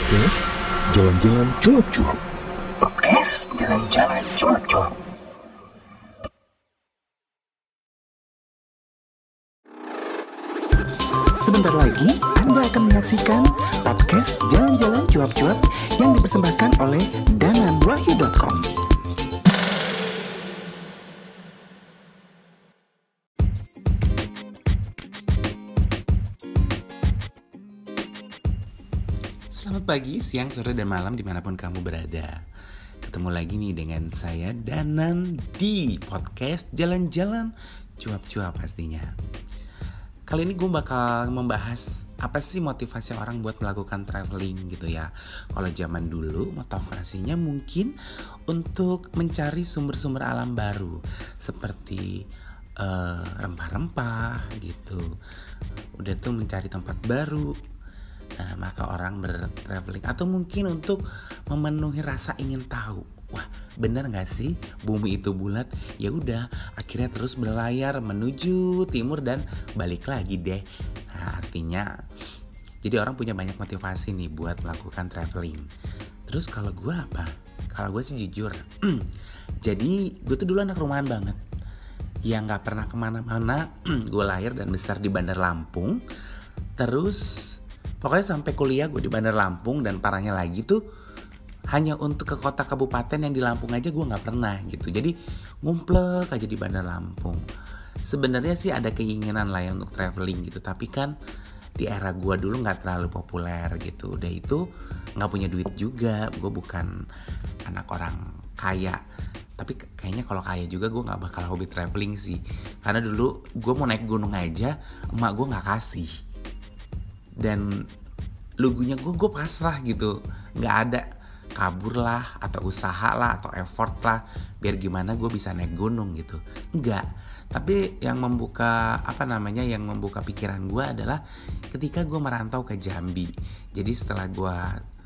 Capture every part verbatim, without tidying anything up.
Podcast Jalan-Jalan Cuap-Cuap. Podcast Jalan-Jalan Cuap-Cuap. Sebentar lagi Anda akan menyaksikan podcast Jalan-Jalan Cuap-Cuap yang dipersembahkan oleh danan wahyu dot com. Selamat pagi, siang, sore, dan malam dimanapun kamu berada. Ketemu lagi nih dengan saya Danan di podcast Jalan-Jalan Cuap-Cuap pastinya. Kali ini gue bakal membahas apa sih motivasi orang buat melakukan traveling gitu ya. Kalau zaman dulu motivasinya mungkin untuk mencari sumber-sumber alam baru seperti uh, rempah-rempah gitu. Udah tuh mencari tempat baru. Nah, maka orang bertraveling atau mungkin untuk memenuhi rasa ingin tahu. Wah, benar nggak sih bumi itu bulat? Ya udah, akhirnya terus berlayar menuju timur dan balik lagi deh. Nah, artinya jadi orang punya banyak motivasi nih buat melakukan traveling. Terus kalau gue apa? Kalau gue sih jujur, jadi gue tuh dulu anak rumahan banget, yang nggak pernah kemana-mana. Gue lahir dan besar di Bandar Lampung. Terus pokoknya sampai kuliah gue di Bandar Lampung, dan parahnya lagi tuh hanya untuk ke kota kabupaten yang di Lampung aja gue nggak pernah gitu. Jadi ngumplek aja di Bandar Lampung. Sebenarnya sih ada keinginan lah ya untuk traveling gitu, tapi kan di era gue dulu nggak terlalu populer gitu. Udah itu nggak punya duit juga. Gue bukan anak orang kaya. Tapi kayaknya kalau kaya juga gue nggak bakal hobi traveling sih. Karena dulu gue mau naik gunung aja, emak gue nggak kasih. Dan lugunya gue, gue pasrah gitu. Gak ada kabur lah, atau usaha lah, atau effort lah, biar gimana gue bisa naik gunung gitu. Enggak. Tapi yang membuka, apa namanya, yang membuka pikiran gue adalah ketika gue merantau ke Jambi. Jadi setelah gue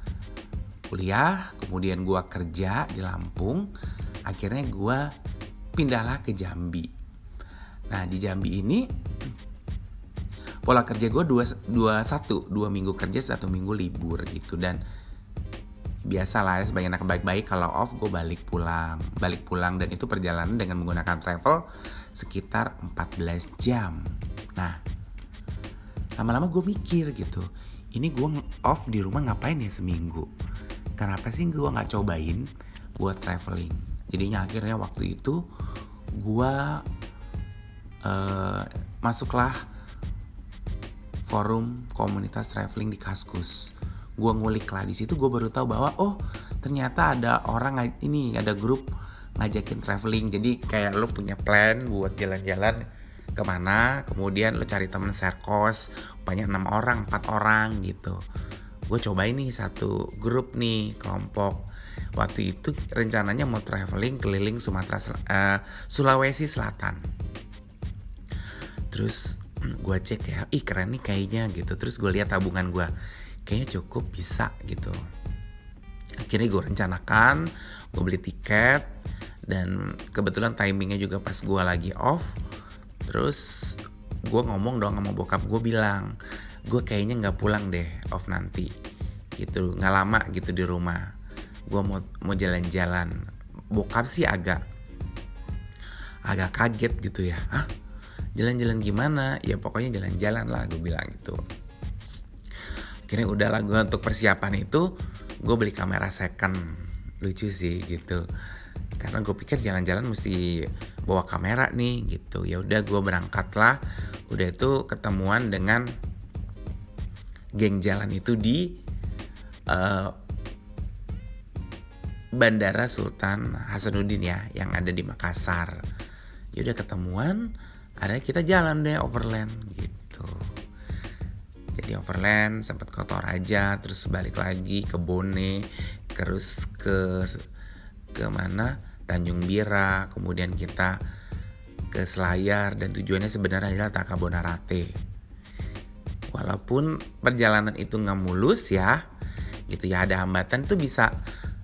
kuliah, kemudian gue kerja di Lampung, akhirnya gue pindahlah ke Jambi. Nah, di Jambi ini pola kerja gue dua, dua, satu, dua minggu kerja, satu minggu libur gitu. Dan biasa lah ya, sebagai anak baik-baik, kalau off gue balik pulang. Balik pulang dan itu perjalanan dengan menggunakan travel sekitar empat belas jam. Nah, lama-lama gue mikir gitu, ini gue off di rumah ngapain ya seminggu? Kenapa sih gue gak cobain buat traveling? Jadinya akhirnya waktu itu gue uh, masuklah forum komunitas traveling di Kaskus. Gue ngulik lah di situ, gue baru tahu bahwa oh ternyata ada orang ini, ada grup ngajakin traveling. Jadi kayak lo punya plan buat jalan-jalan kemana, kemudian lo cari temen share cost, banyak enam orang, empat orang gitu. Gue cobain nih satu grup nih, kelompok. Waktu itu rencananya mau traveling keliling Sumatera uh, Sulawesi Selatan. Terus gue cek ya, ih keren nih kayaknya gitu. Terus gue lihat tabungan gue, kayaknya cukup bisa gitu. Akhirnya gue rencanakan, gue beli tiket, dan kebetulan timingnya juga pas gue lagi off. Terus gue ngomong dong sama bokap gue, bilang gue kayaknya nggak pulang deh off nanti gitu, nggak lama gitu di rumah. Gue mau mau jalan-jalan. Bokap sih agak agak kaget gitu ya. Hah? Jalan-jalan gimana? Ya pokoknya jalan-jalan lah, gue bilang gitu. Akhirnya udah lah, gue untuk persiapan itu gue beli kamera second. Lucu sih gitu, karena gue pikir jalan-jalan mesti bawa kamera nih gitu. Ya udah, gue berangkat lah. Udah itu ketemuan dengan geng jalan itu di uh, Bandara Sultan Hasanuddin ya, yang ada di Makassar. Ya udah ketemuan, akhirnya kita jalan deh overland gitu. Jadi overland sempat ke Toraja, terus balik lagi ke Bone, terus ke ke mana? Tanjung Bira, kemudian kita ke Selayar, dan tujuannya sebenarnya adalah Takabonarate. Walaupun perjalanan itu nggak mulus ya, gitu ya, ada hambatan, itu bisa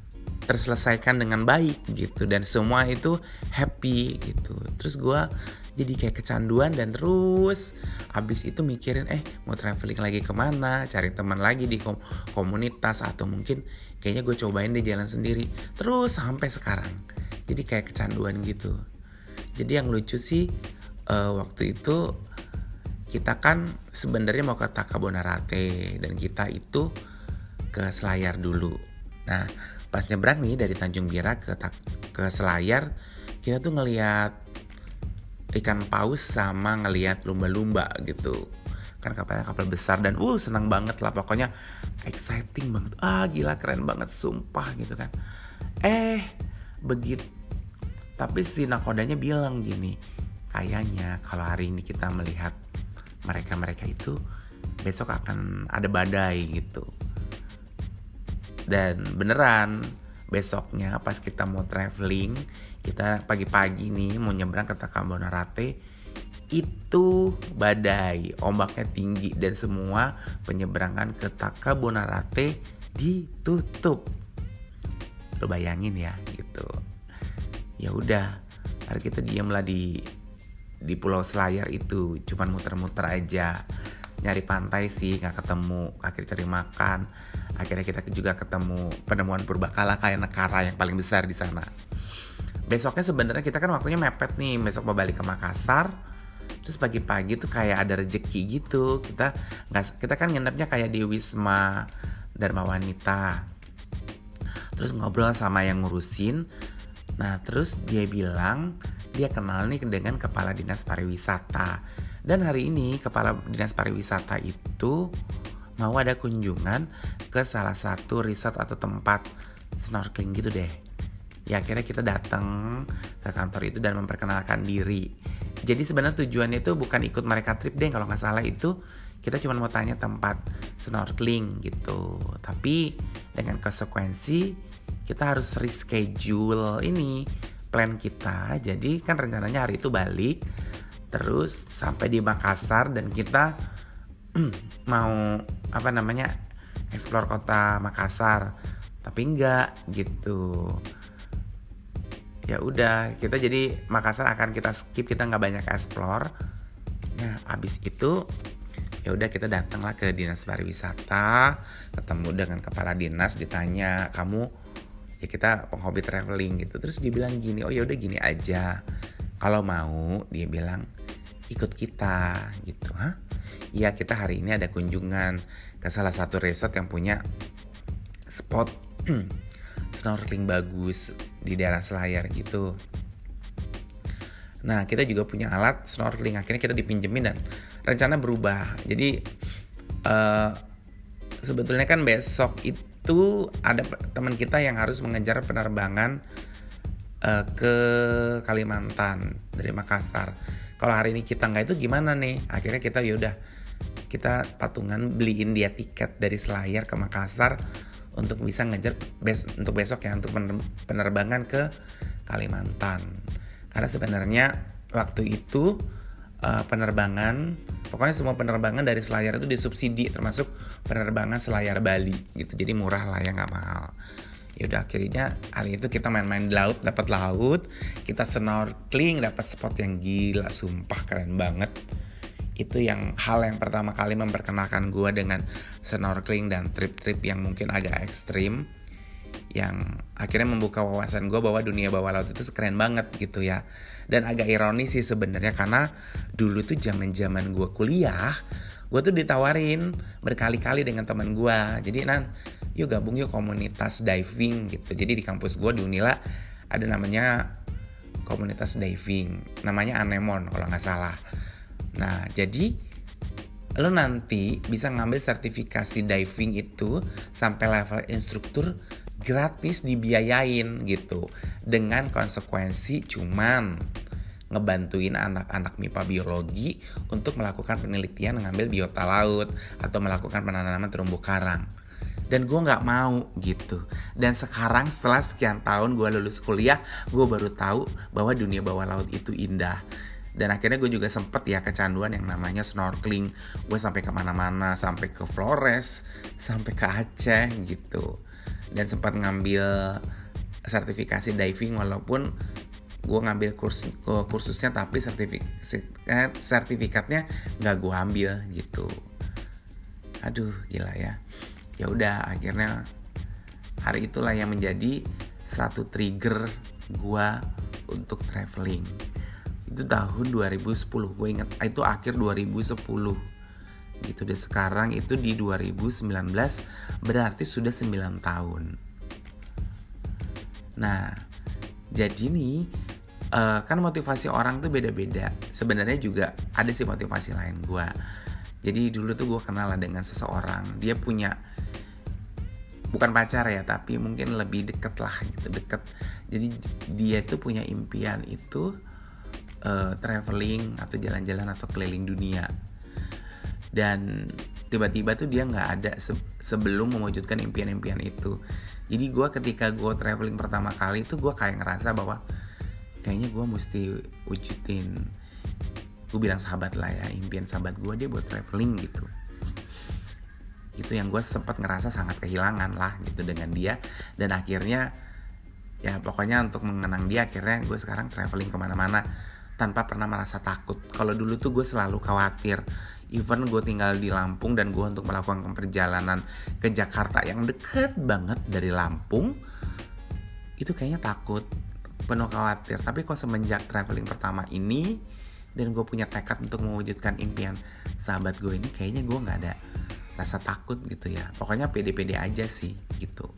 terselesaikan dengan baik gitu, dan semua itu happy gitu. Terus gue Jadi kayak kecanduan dan terus abis itu mikirin eh mau traveling lagi kemana, cari teman lagi di kom- komunitas atau mungkin kayaknya gue cobain deh jalan sendiri. Terus sampai sekarang. Jadi kayak kecanduan gitu. Jadi yang lucu sih uh, waktu itu kita kan sebenarnya mau ke Takabonarate dan kita itu ke Selayar dulu. Nah pas nyebrang nih dari Tanjung Bira ke ke Selayar, kita tuh ngelihat ikan paus sama ngelihat lumba-lumba gitu. Kan kapalnya kapal besar dan uh senang banget lah, pokoknya exciting banget. Ah gila keren banget sumpah gitu kan. Eh begitu tapi si nakodanya bilang gini, kayaknya kalau hari ini kita melihat mereka-mereka itu, besok akan ada badai gitu. Dan beneran besoknya pas kita mau traveling, kita pagi-pagi nih mau nyebrang ke Takabonarate, itu badai, ombaknya tinggi dan semua penyeberangan ke Takabonarate ditutup. Lo bayangin ya gitu. Ya udah, hari kita diam lah di di Pulau Selayar itu, cuman muter-muter aja, nyari pantai sih nggak ketemu, akhirnya cari makan, akhirnya kita juga ketemu penemuan purbakala kayak nekara yang paling besar di sana. Besoknya sebenarnya kita kan waktunya mepet nih, besok mau balik ke Makassar, terus pagi-pagi tuh kayak ada rezeki gitu, kita nggak kita kan nginepnya kayak di Wisma Dharma Wanita, terus ngobrol sama yang ngurusin. Nah terus dia bilang dia kenal nih dengan Kepala Dinas Pariwisata. Dan hari ini Kepala Dinas Pariwisata itu mau ada kunjungan ke salah satu resort atau tempat snorkeling gitu deh. Ya akhirnya kita datang ke kantor itu dan memperkenalkan diri. Jadi sebenarnya tujuannya itu bukan ikut mereka trip deh, kalau gak salah itu kita cuma mau tanya tempat snorkeling gitu. Tapi dengan konsekuensi kita harus reschedule ini plan kita. Jadi kan rencananya hari itu balik, terus sampai di Makassar dan kita mau apa namanya explore kota Makassar, tapi enggak gitu. Ya udah, kita jadi Makassar akan kita skip, kita nggak banyak explore. Nah abis itu ya udah kita datanglah ke dinas pariwisata, ketemu dengan kepala dinas, ditanya kamu, ya kita penghobi traveling gitu. Terus dia bilang gini, oh ya udah gini aja, kalau mau dia bilang ikut kita gitu. Hah? Iya kita hari ini ada kunjungan ke salah satu resort yang punya spot snorkeling bagus di daerah Selayar gitu. Nah kita juga punya alat snorkeling, akhirnya kita dipinjemin dan rencana berubah. Jadi uh, sebetulnya kan besok itu ada teman kita yang harus mengejar penerbangan uh, ke Kalimantan dari Makassar. Kalau hari ini kita nggak itu gimana nih? Akhirnya kita yaudah kita patungan beliin dia tiket dari Selayar ke Makassar untuk bisa ngejar bes- untuk besok ya, untuk penerbangan ke Kalimantan. Karena sebenarnya waktu itu uh, penerbangan, pokoknya semua penerbangan dari Selayar itu disubsidi, termasuk penerbangan Selayar Bali gitu. Jadi murah lah ya, nggak mahal. Yaudah akhirnya hari itu kita main-main di laut, dapat laut, kita snorkeling, dapat spot yang gila, sumpah keren banget. Itu yang hal yang pertama kali memperkenalkan gue dengan snorkeling dan trip-trip yang mungkin agak ekstrim, yang akhirnya membuka wawasan gue bahwa dunia bawah laut itu keren banget gitu ya. Dan agak ironis sih sebenarnya, karena dulu tuh zaman-zaman gue kuliah, gue tuh ditawarin berkali-kali dengan teman gue, jadi Nan yuk gabung yuk komunitas diving gitu. Jadi di kampus gue di Unila ada namanya komunitas diving, namanya Anemon kalau nggak salah. Nah jadi lo nanti bisa ngambil sertifikasi diving itu sampai level instruktur gratis, dibiayain gitu, dengan konsekuensi cuman ngebantuin anak-anak M I P A biologi untuk melakukan penelitian ngambil biota laut atau melakukan penanaman terumbu karang. Dan gue gak mau gitu. Dan sekarang setelah sekian tahun gue lulus kuliah, gue baru tahu bahwa dunia bawah laut itu indah. Dan akhirnya gue juga sempet ya kecanduan yang namanya snorkeling. Gue sampai kemana-mana, sampai ke Flores, sampai ke Aceh gitu. Dan sempat ngambil sertifikasi diving, walaupun gue ngambil kurs kursusnya tapi sertifikat sertifikatnya nggak gue ambil gitu. Aduh gila ya. Ya udah, akhirnya hari itulah yang menjadi satu trigger gue untuk traveling. Itu tahun dua ribu sepuluh, gue ingat itu akhir dua ribu sepuluh gitu deh. Sekarang itu di dua ribu sembilan belas, berarti sudah sembilan tahun. Nah jadi nih uh, kan motivasi orang tuh beda-beda. Sebenarnya juga ada sih motivasi lain gue. Jadi dulu tuh gue kenal dengan seseorang, dia punya, bukan pacar ya, tapi mungkin lebih deket lah gitu, deket. Jadi dia tuh punya impian itu uh, traveling atau jalan-jalan atau keliling dunia. Dan tiba-tiba tuh dia nggak ada se- sebelum mewujudkan impian-impian itu. Jadi gue ketika gue traveling pertama kali itu gue kayak ngerasa bahwa kayaknya gue mesti wujudin, gue bilang sahabat lah ya, impian sahabat gue dia buat traveling gitu. Itu yang gue sempat ngerasa sangat kehilangan lah gitu dengan dia. Dan akhirnya ya pokoknya untuk mengenang dia, akhirnya gue sekarang traveling kemana-mana tanpa pernah merasa takut. Kalau dulu tuh gue selalu khawatir. Even gue tinggal di Lampung dan gue untuk melakukan perjalanan ke Jakarta yang deket banget dari Lampung, itu kayaknya takut, penuh khawatir. Tapi kok semenjak traveling pertama ini dan gue punya tekad untuk mewujudkan impian sahabat gue ini, kayaknya gue gak ada rasa takut gitu ya. Pokoknya pede-pede aja sih gitu.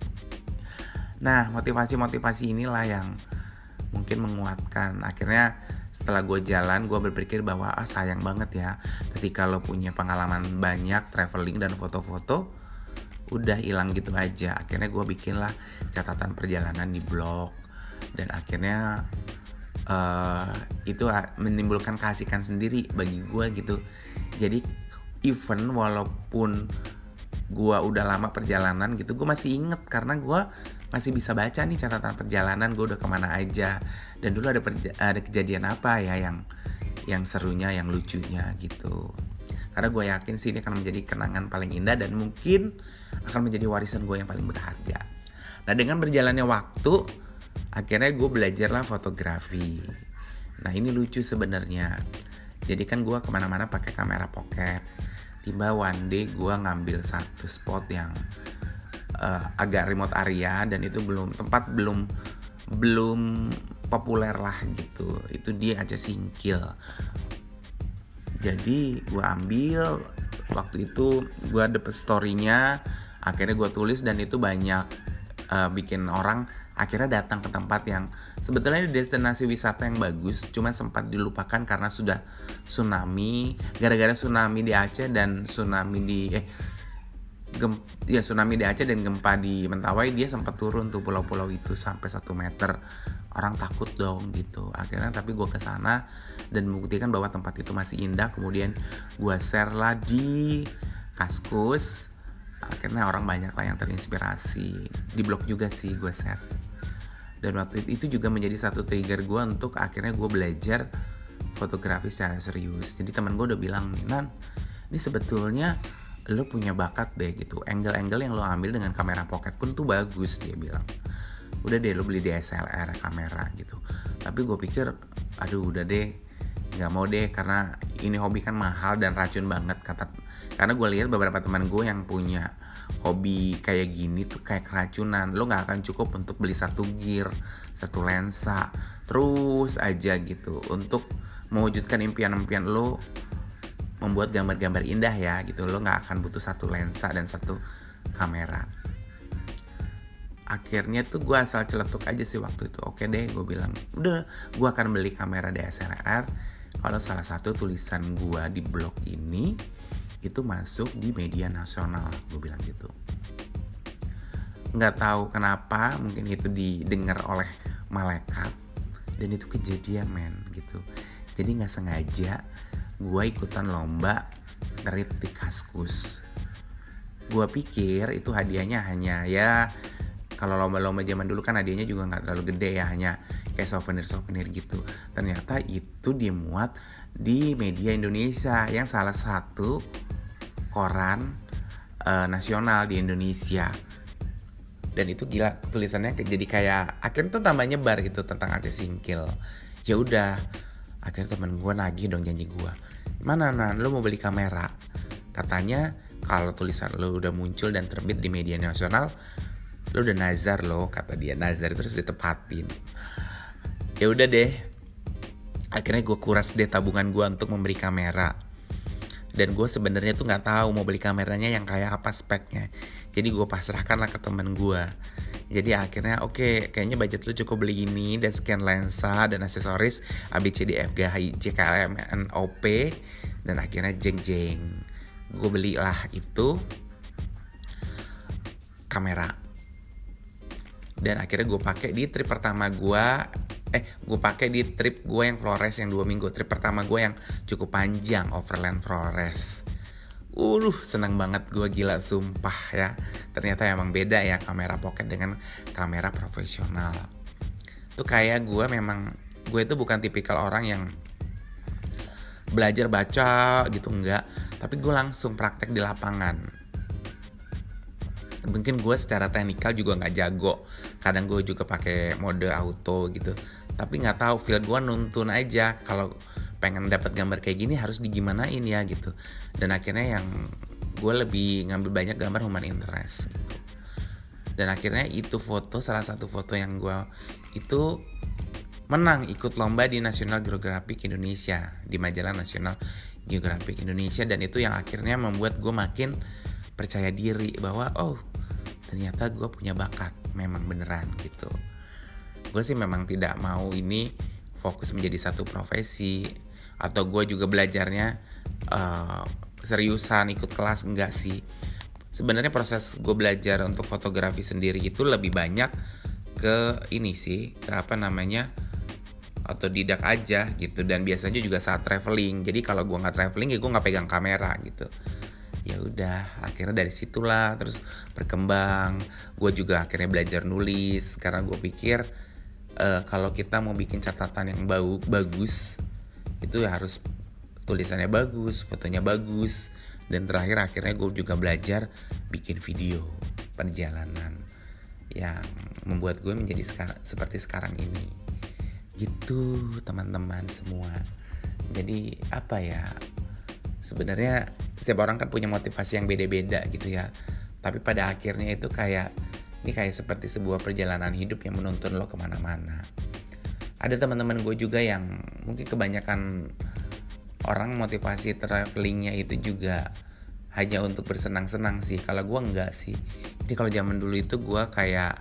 Nah motivasi-motivasi inilah yang mungkin menguatkan. Akhirnya setelah gue jalan, gue berpikir bahwa ah sayang banget ya ketika lo punya pengalaman banyak traveling dan foto-foto udah hilang gitu aja. Akhirnya gue bikinlah catatan perjalanan di blog. Dan akhirnya uh, itu menimbulkan keasikan sendiri bagi gue gitu. Jadi even walaupun gue udah lama perjalanan gitu, gue masih inget karena gue masih bisa baca nih catatan perjalanan gue udah kemana aja. Dan dulu ada perja- ada kejadian apa ya yang yang serunya, yang lucunya gitu. Karena gue yakin sih ini akan menjadi kenangan paling indah dan mungkin akan menjadi warisan gue yang paling berharga. Nah dengan berjalannya waktu, akhirnya gue belajarlah fotografi. Nah ini lucu sebenarnya. Jadi kan gue kemana-mana pakai kamera pocket. Tiba one day gue ngambil satu spot yang uh, agak remote area dan itu belum tempat belum belum populer lah gitu. Itu dia aja Singkil. Jadi gue ambil waktu itu, gue dapet story-nya, akhirnya gue tulis dan itu banyak uh, bikin orang akhirnya datang ke tempat yang sebetulnya destinasi wisata yang bagus, cuma sempat dilupakan karena sudah tsunami. Gara-gara tsunami di Aceh dan tsunami di eh gem, ya tsunami di Aceh dan gempa di Mentawai, dia sempat turun tuh pulau-pulau itu sampai satu meter. Orang takut dong gitu. Akhirnya tapi gue kesana dan membuktikan bahwa tempat itu masih indah. Kemudian gue share lah di Kaskus. Akhirnya orang banyak lah yang terinspirasi. Di blog juga sih gue share. Dan waktu itu juga menjadi satu trigger gue untuk akhirnya gue belajar fotografi secara serius. Jadi teman gue udah bilang nih, Nan, ini sebetulnya lo punya bakat deh gitu. Angle-angle yang lo ambil dengan kamera pocket pun tuh bagus, dia bilang. Udah deh lo beli D S L R kamera gitu. Tapi gue pikir aduh udah deh, gak mau deh karena ini hobi kan mahal dan racun banget kata. Karena gue lihat beberapa teman gue yang punya hobi kayak gini tuh kayak keracunan. Lo gak akan cukup untuk beli satu gear, satu lensa terus aja gitu untuk mewujudkan impian-impian lo membuat gambar-gambar indah ya gitu. Lo gak akan butuh satu lensa dan satu kamera. Akhirnya tuh gue asal celetuk aja sih waktu itu. Oke deh, gue bilang udah gue akan beli kamera D S L R kalau salah satu tulisan gue di blog ini itu masuk di media nasional. Gue bilang gitu. Nggak tahu kenapa, mungkin itu didengar oleh malaikat dan itu kejadian men gitu. Jadi nggak sengaja gue ikutan lomba trip di Kaskus. Gue pikir itu hadiahnya hanya ya, kalau lomba-lomba zaman dulu kan hadiahnya juga nggak terlalu gede ya, hanya kayak souvenir-souvenir gitu. Ternyata itu dimuat di media Indonesia yang salah satu koran uh, nasional di Indonesia. Dan itu gila, tulisannya jadi kayak akhirnya tuh tambah nyebar gitu tentang Aceh Singkil. Ya udah, akhirnya temen gue nagih dong janji gue. Mana Nan, lu mau beli kamera? Katanya kalau tulisan lu udah muncul dan terbit di media nasional, lu udah nazar lo, kata dia. Nazar terus ditepatin. Ya udah deh, akhirnya gue kuras deh tabungan gue untuk membeli kamera. Dan gue sebenarnya tuh nggak tahu mau beli kameranya yang kayak apa speknya. Jadi gue pasrahkan lah ke temen gue. Jadi akhirnya oke, okay, kayaknya budget lu cukup beli ini dan sekian lensa dan aksesoris A B C D F G H I J K L M N O P. Dan akhirnya jeng jeng, gue belilah itu kamera. Dan akhirnya gue pakai di trip pertama gue. Eh, gue pakai di trip gue yang Flores yang dua minggu. Trip pertama gue yang cukup panjang, Overland Flores. Uh, senang banget gue, gila sumpah ya. Ternyata emang beda ya kamera pocket dengan kamera profesional. Tuh kayak gue memang, gue itu bukan tipikal orang yang belajar baca gitu, enggak. Tapi gue langsung praktek di lapangan. Mungkin gue secara teknikal juga nggak jago. Kadang gue juga pakai mode auto gitu. Tapi nggak tahu, feel gue nuntun aja. Kalau pengen dapat gambar kayak gini harus digimanain ya gitu. Dan akhirnya yang gue lebih ngambil banyak gambar human interest gitu. Dan akhirnya itu foto, salah satu foto yang gue itu menang ikut lomba di National Geographic Indonesia, di majalah National Geographic Indonesia. Dan itu yang akhirnya membuat gue makin percaya diri bahwa oh ternyata gue punya bakat, memang beneran gitu. Gue sih memang tidak mau ini fokus menjadi satu profesi, atau gue juga belajarnya uh, seriusan ikut kelas, enggak sih. Sebenarnya proses gue belajar untuk fotografi sendiri itu lebih banyak ke ini sih, ke apa namanya, otodidak aja gitu. Dan biasanya juga saat traveling. Jadi kalau gue nggak traveling ya gue nggak pegang kamera gitu. Ya udah, akhirnya dari situlah terus berkembang. Gue juga akhirnya belajar nulis karena gue pikir uh, kalau kita mau bikin catatan yang bau, bagus itu ya harus tulisannya bagus, fotonya bagus. Dan terakhir akhirnya gue juga belajar bikin video perjalanan yang membuat gue menjadi sekarang, seperti sekarang ini gitu teman-teman semua. Jadi apa ya, sebenarnya setiap orang kan punya motivasi yang beda-beda gitu ya. Tapi pada akhirnya itu kayak, ini kayak seperti sebuah perjalanan hidup yang menuntun lo kemana-mana. Ada teman-teman gue juga yang mungkin kebanyakan orang motivasi travelingnya itu juga hanya untuk bersenang-senang sih. Kalau gue enggak sih. Jadi kalau zaman dulu itu gue kayak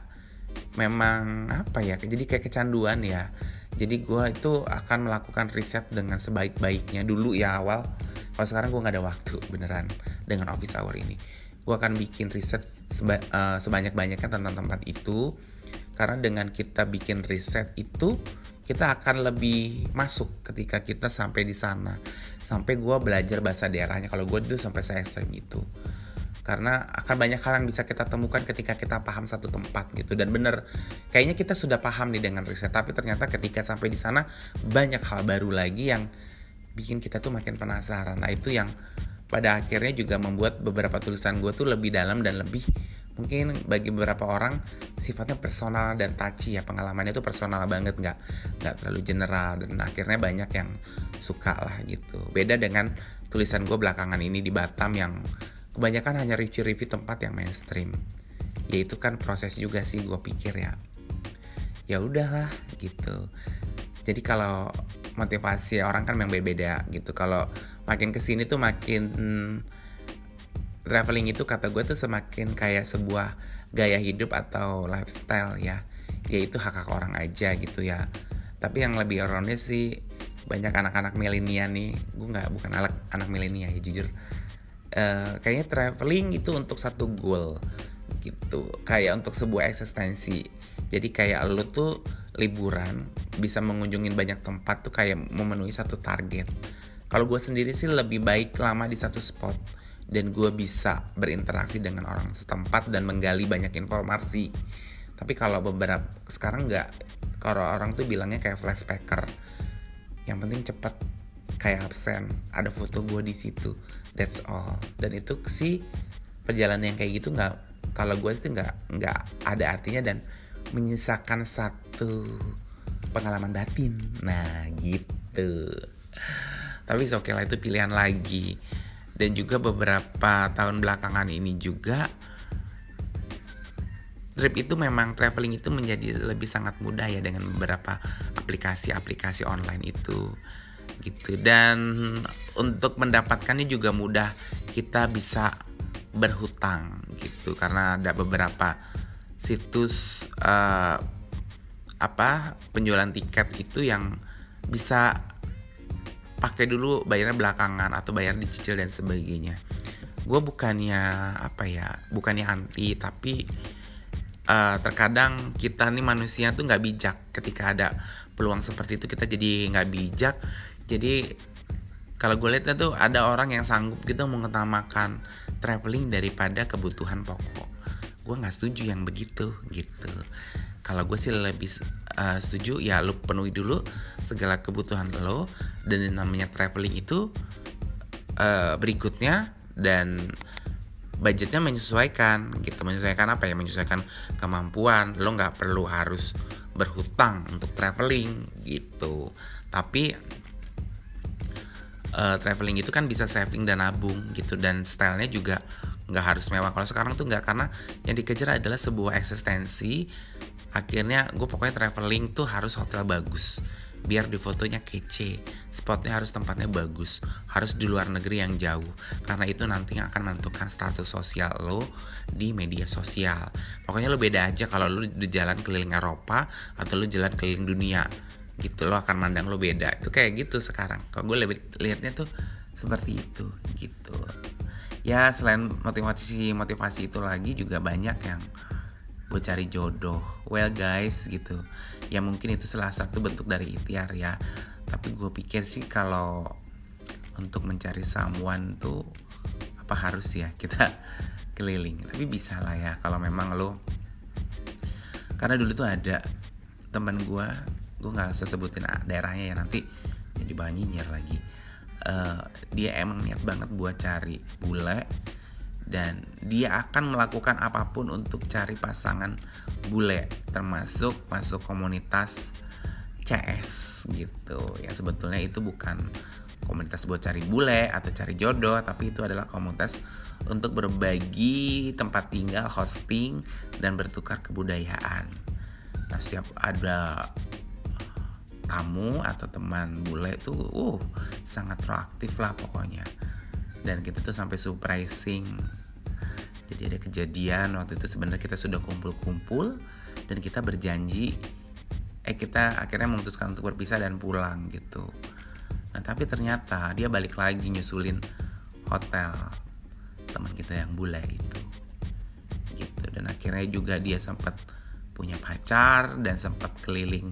memang apa ya, jadi kayak kecanduan ya. Jadi gue itu akan melakukan riset dengan sebaik-baiknya dulu ya awal. Kalau sekarang gue gak ada waktu beneran dengan office hour ini. Gue akan bikin riset seba- uh, sebanyak-banyaknya tentang tempat itu. Karena dengan kita bikin riset itu, kita akan lebih masuk ketika kita sampai di sana. Sampai gue belajar bahasa daerahnya. Kalau gue dulu sampai se-ekstrem itu. Karena akan banyak hal yang bisa kita temukan ketika kita paham satu tempat gitu. Dan bener, kayaknya kita sudah paham nih dengan riset. Tapi ternyata ketika sampai di sana, banyak hal baru lagi yang bikin kita tuh makin penasaran. Nah itu yang pada akhirnya juga membuat beberapa tulisan gue tuh lebih dalam dan lebih, mungkin bagi beberapa orang sifatnya personal dan touchy ya. Pengalamannya tuh personal banget, gak, gak terlalu general. Dan akhirnya banyak yang suka lah gitu. Beda dengan tulisan gue belakangan ini di Batam yang kebanyakan hanya review-review tempat yang mainstream. Ya itu kan proses juga sih gue pikir ya. Ya udahlah gitu. Jadi kalau motivasi orang kan memang beda-beda gitu. Kalau makin kesini tuh makin hmm, traveling itu kata gue tuh semakin kayak sebuah gaya hidup atau lifestyle ya. Ya itu hak-hak orang aja gitu ya. Tapi yang lebih ironis sih banyak anak-anak milenial nih. Gue nggak bukan anak anak milenial ya jujur. Uh, kayaknya traveling itu untuk satu goal gitu, kayak untuk sebuah eksistensi. Jadi kayak lu tuh liburan bisa mengunjungi banyak tempat tuh kayak memenuhi satu target. Kalau gue sendiri sih lebih baik lama di satu spot dan gue bisa berinteraksi dengan orang setempat dan menggali banyak informasi. Tapi kalau beberapa sekarang nggak, kalau orang tuh bilangnya kayak flashbacker, yang penting cepet, kayak absen, ada foto gue di situ, that's all. Dan itu sih perjalanan yang kayak gitu nggak kalau gue sih nggak nggak ada artinya dan menyisakan satu pengalaman batin. Nah gitu. Tapi oke lah, itu pilihan lagi. Dan juga beberapa tahun belakangan ini juga trip itu memang traveling itu menjadi lebih sangat mudah ya dengan beberapa aplikasi-aplikasi online itu gitu. Dan untuk mendapatkannya juga mudah, kita bisa berhutang gitu karena ada beberapa situs uh, apa penjualan tiket itu yang bisa pakai dulu, bayarnya belakangan atau bayar dicicil dan sebagainya. Gue bukannya apa ya, bukannya anti, tapi Uh, terkadang kita nih manusia tuh nggak bijak. Ketika ada peluang seperti itu kita jadi nggak bijak. Jadi kalau gue lihatnya tuh ada orang yang sanggup gitu mengutamakan traveling daripada kebutuhan pokok. Gue nggak setuju yang begitu gitu. Kalau gue sih lebih uh, setuju ya lu penuhi dulu segala kebutuhan lo, dan namanya traveling itu uh, berikutnya, dan budgetnya menyesuaikan gitu. Menyesuaikan apa ya? Menyesuaikan kemampuan. Lo gak perlu harus berhutang untuk traveling gitu. Tapi uh, traveling itu kan bisa saving dan nabung gitu. Dan stylenya juga gak harus mewah. Kalau sekarang tuh gak, karena yang dikejar adalah sebuah eksistensi. Akhirnya gue pokoknya traveling tuh harus hotel bagus, biar di fotonya kece, spotnya harus tempatnya bagus, harus di luar negeri yang jauh, karena itu nantinya akan menentukan status sosial lo di media sosial. Pokoknya lo beda aja kalau lo di jalan keliling Eropa atau lo jalan keliling dunia gitu, lo akan mandang lo beda. Itu kayak gitu sekarang. Kalau gue lebih lihatnya tuh seperti itu gitu. Ya selain motivasi motivasi itu lagi juga banyak yang buat cari jodoh. Well guys gitu, ya mungkin itu salah satu bentuk dari ikhtiar ya. Tapi gue pikir sih kalau untuk mencari someone tuh apa harus ya kita keliling. Tapi bisa lah ya kalau memang lo, karena dulu tuh ada teman gue, gue gak usah sebutin daerahnya ya, nanti jadi bahan nyinyir lagi. uh, Dia emang niat banget buat cari bule, dan dia akan melakukan apapun untuk cari pasangan bule, termasuk masuk komunitas C S gitu. Ya sebetulnya itu bukan komunitas buat cari bule atau cari jodoh, tapi itu adalah komunitas untuk berbagi tempat tinggal, hosting, dan bertukar kebudayaan. Nah setiap ada tamu atau teman bule tuh uh sangat proaktif lah pokoknya. Dan kita tuh sampai surprising. Jadi ada kejadian waktu itu sebenarnya kita sudah kumpul-kumpul dan kita berjanji eh kita akhirnya memutuskan untuk berpisah dan pulang gitu. Nah tapi ternyata dia balik lagi nyusulin hotel teman kita yang bule itu gitu. Dan akhirnya juga dia sempat punya pacar dan sempat keliling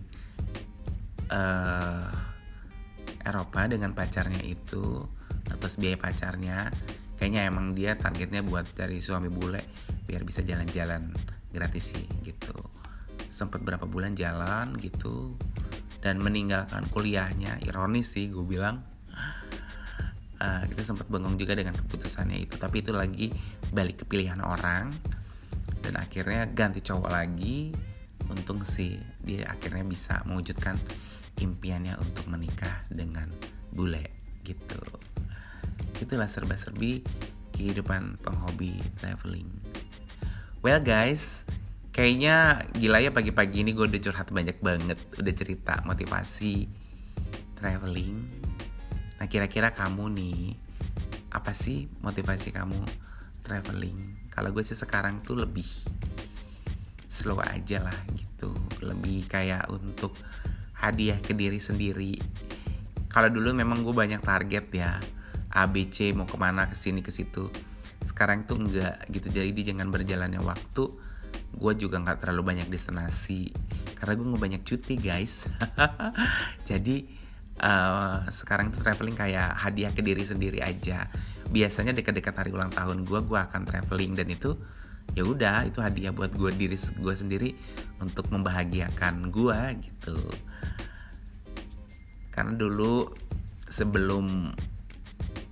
uh, Eropa dengan pacarnya itu atas biaya pacarnya. Kayaknya emang dia targetnya buat cari suami bule biar bisa jalan-jalan gratis sih gitu. Sempet berapa bulan jalan gitu dan meninggalkan kuliahnya. Ironis sih gue bilang. uh, Kita sempat bengong juga dengan keputusannya itu. Tapi itu lagi balik ke pilihan orang. Dan akhirnya ganti cowok lagi. Untung sih dia akhirnya bisa mewujudkan impiannya untuk menikah dengan bule gitu. Itulah serba-serbi kehidupan penghobi traveling. Well guys, kayaknya gila ya pagi-pagi ini gue udah curhat banyak banget, udah cerita motivasi traveling. Nah kira-kira kamu nih, apa sih motivasi kamu traveling? Kalau gue sih sekarang tuh lebih slow aja lah gitu, lebih kayak untuk hadiah ke diri sendiri. Kalau dulu memang gue banyak target ya, A B C mau kemana, kesini kesitu. Sekarang tuh enggak gitu. Jadi jangan berjalannya waktu, gue juga nggak terlalu banyak destinasi karena gue nggak banyak cuti guys. Jadi uh, sekarang tuh traveling kayak hadiah ke diri sendiri aja. Biasanya dekat-dekat hari ulang tahun gue, gue akan traveling, dan itu ya udah, itu hadiah buat gue diri gue sendiri untuk membahagiakan gue gitu. Karena dulu sebelum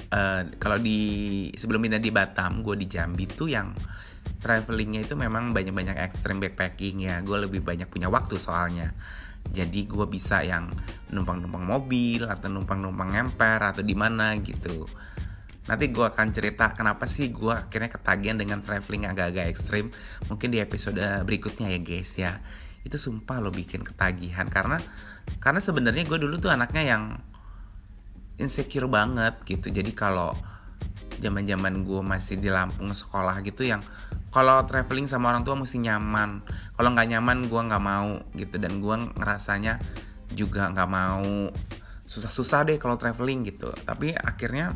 uh, kalau di sebelum pindah di Batam, gue di Jambi tuh yang travelingnya itu memang banyak-banyak extreme backpacking ya. Gue lebih banyak punya waktu soalnya. Jadi gue bisa yang numpang-numpang mobil atau numpang-numpang ngemper atau di mana gitu. Nanti gue akan cerita kenapa sih gue akhirnya ketagihan dengan traveling agak-agak ekstrim. Mungkin di episode berikutnya ya guys ya. Itu sumpah lo bikin ketagihan. Karena karena sebenarnya gue dulu tuh anaknya yang insecure banget gitu. Jadi kalau zaman-zaman gue masih di Lampung sekolah gitu, yang kalau traveling sama orang tua mesti nyaman. Kalau nggak nyaman gue nggak mau gitu. Dan gue ngerasanya juga nggak mau susah-susah deh kalau traveling gitu. Tapi akhirnya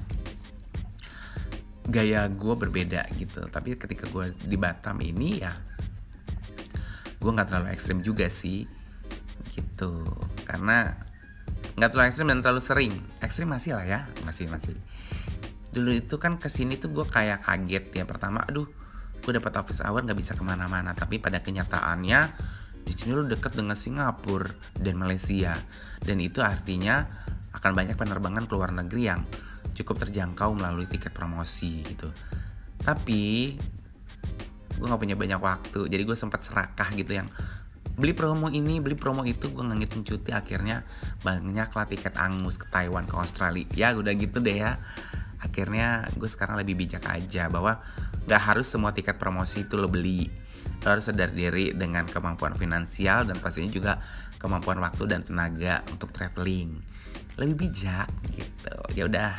gaya gue berbeda gitu. Tapi ketika gue di Batam ini ya gue gak terlalu ekstrim juga sih gitu. Karena gak terlalu ekstrim dan terlalu sering. Ekstrim masih lah ya. Masih masih Dulu itu kan kesini tuh gue kayak kaget ya. Pertama aduh gue dapat office hour gak bisa kemana-mana. Tapi pada kenyataannya di sini lu deket dengan Singapura dan Malaysia. Dan itu artinya akan banyak penerbangan ke luar negeri yang cukup terjangkau melalui tiket promosi gitu. Tapi gue gak punya banyak waktu, jadi gue sempat serakah gitu, yang beli promo ini, beli promo itu. Gue gak ngitung cuti, akhirnya banyak lah tiket angus ke Taiwan, ke Australia. Ya udah gitu deh ya. Akhirnya gue sekarang lebih bijak aja bahwa gak harus semua tiket promosi itu lo beli. Lo harus sadar diri dengan kemampuan finansial dan pastinya juga kemampuan waktu dan tenaga untuk traveling. Lebih bijak gitu. Ya udah.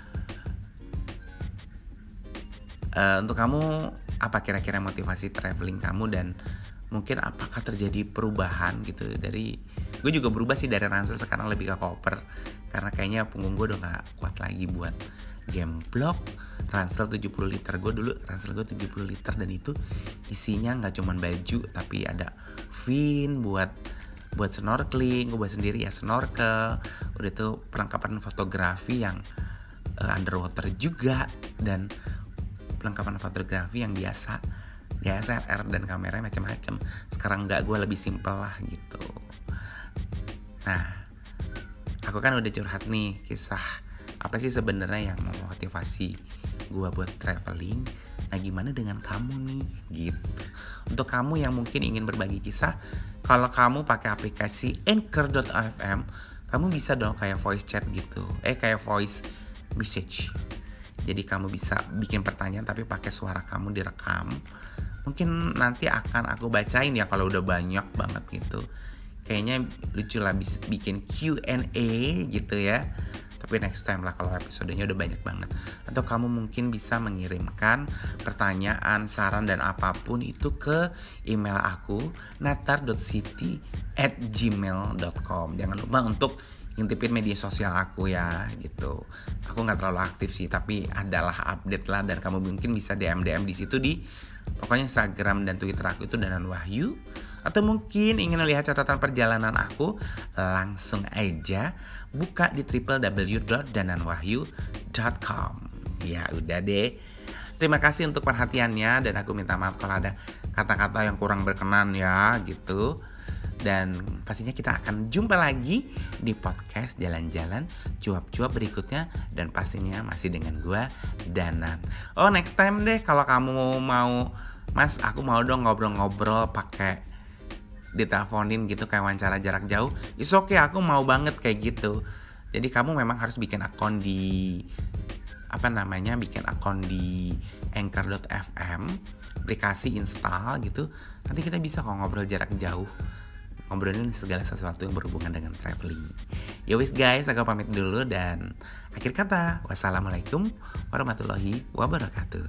Uh, untuk kamu apa kira-kira motivasi traveling kamu, dan mungkin apakah terjadi perubahan gitu dari gue juga berubah sih dari ransel sekarang lebih ke koper, karena kayaknya punggung gue udah gak kuat lagi buat game blog. Ransel tujuh puluh liter, gue dulu ransel gue tujuh puluh liter dan itu isinya nggak cuman baju tapi ada fin buat buat snorkeling, gue buat sendiri ya snorkel, udah tuh perlengkapan fotografi yang uh, underwater juga, dan perlengkapan fotografi yang biasa D S L R dan kamera macam-macam. Sekarang nggak, gue lebih simpel lah gitu. Nah, aku kan udah curhat nih kisah apa sih sebenarnya yang memotivasi gue buat traveling. Nah, gimana dengan kamu nih gitu. Untuk kamu yang mungkin ingin berbagi kisah, kalau kamu pakai aplikasi anchor dot f m, kamu bisa dong kayak voice chat gitu. Eh kayak voice message. Jadi kamu bisa bikin pertanyaan tapi pakai suara kamu direkam. Mungkin nanti akan aku bacain ya kalau udah banyak banget gitu. Kayaknya lucu lah bikin Q and A gitu ya. Tapi next time lah kalau episodenya udah banyak banget. Atau kamu mungkin bisa mengirimkan pertanyaan, saran dan apapun itu ke email aku natar dot city at gmail dot com. Jangan lupa untuk ngintipin media sosial aku ya gitu. Aku nggak terlalu aktif sih, tapi adalah update lah, dan kamu mungkin bisa D M D M di situ di pokoknya Instagram dan Twitter aku itu Danan Wahyu. Atau mungkin ingin lihat catatan perjalanan aku, langsung aja buka di w w w dot danan wahyu dot com. Ya udah deh. Terima kasih untuk perhatiannya, dan aku minta maaf kalau ada kata-kata yang kurang berkenan ya gitu. Dan pastinya kita akan jumpa lagi di podcast Jalan-Jalan Cuap-Cuap berikutnya. Dan pastinya masih dengan gue, Danan. Oh, next time deh kalau kamu mau, Mas, aku mau dong ngobrol-ngobrol pakai diteleponin gitu kayak wawancara jarak jauh. It's okay, aku mau banget kayak gitu. Jadi kamu memang harus bikin akun di apa namanya, bikin akun di anchor dot f m, aplikasi install gitu. Nanti kita bisa kok ngobrol jarak jauh, ngobrolin segala sesuatu yang berhubungan dengan traveling. Ya wis guys, aku pamit dulu, dan akhir kata wassalamualaikum warahmatullahi wabarakatuh.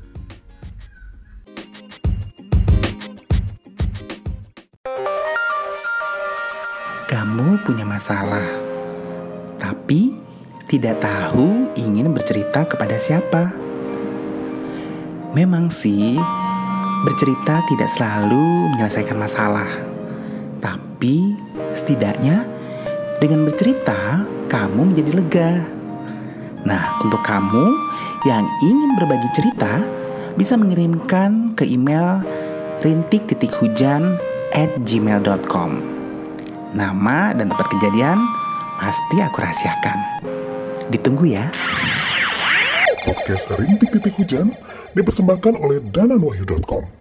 Kamu punya masalah, tapi tidak tahu ingin bercerita kepada siapa. Memang sih, bercerita tidak selalu menyelesaikan masalah. Tapi setidaknya dengan bercerita kamu menjadi lega. Nah, untuk kamu yang ingin berbagi cerita, bisa mengirimkan ke email rintik titik hujan at gmail dot com. Nama dan tempat kejadian pasti aku rahasiakan. Ditunggu ya. Podcast Rintik Titik Hujan dipersembahkan oleh dananwahyu dot com.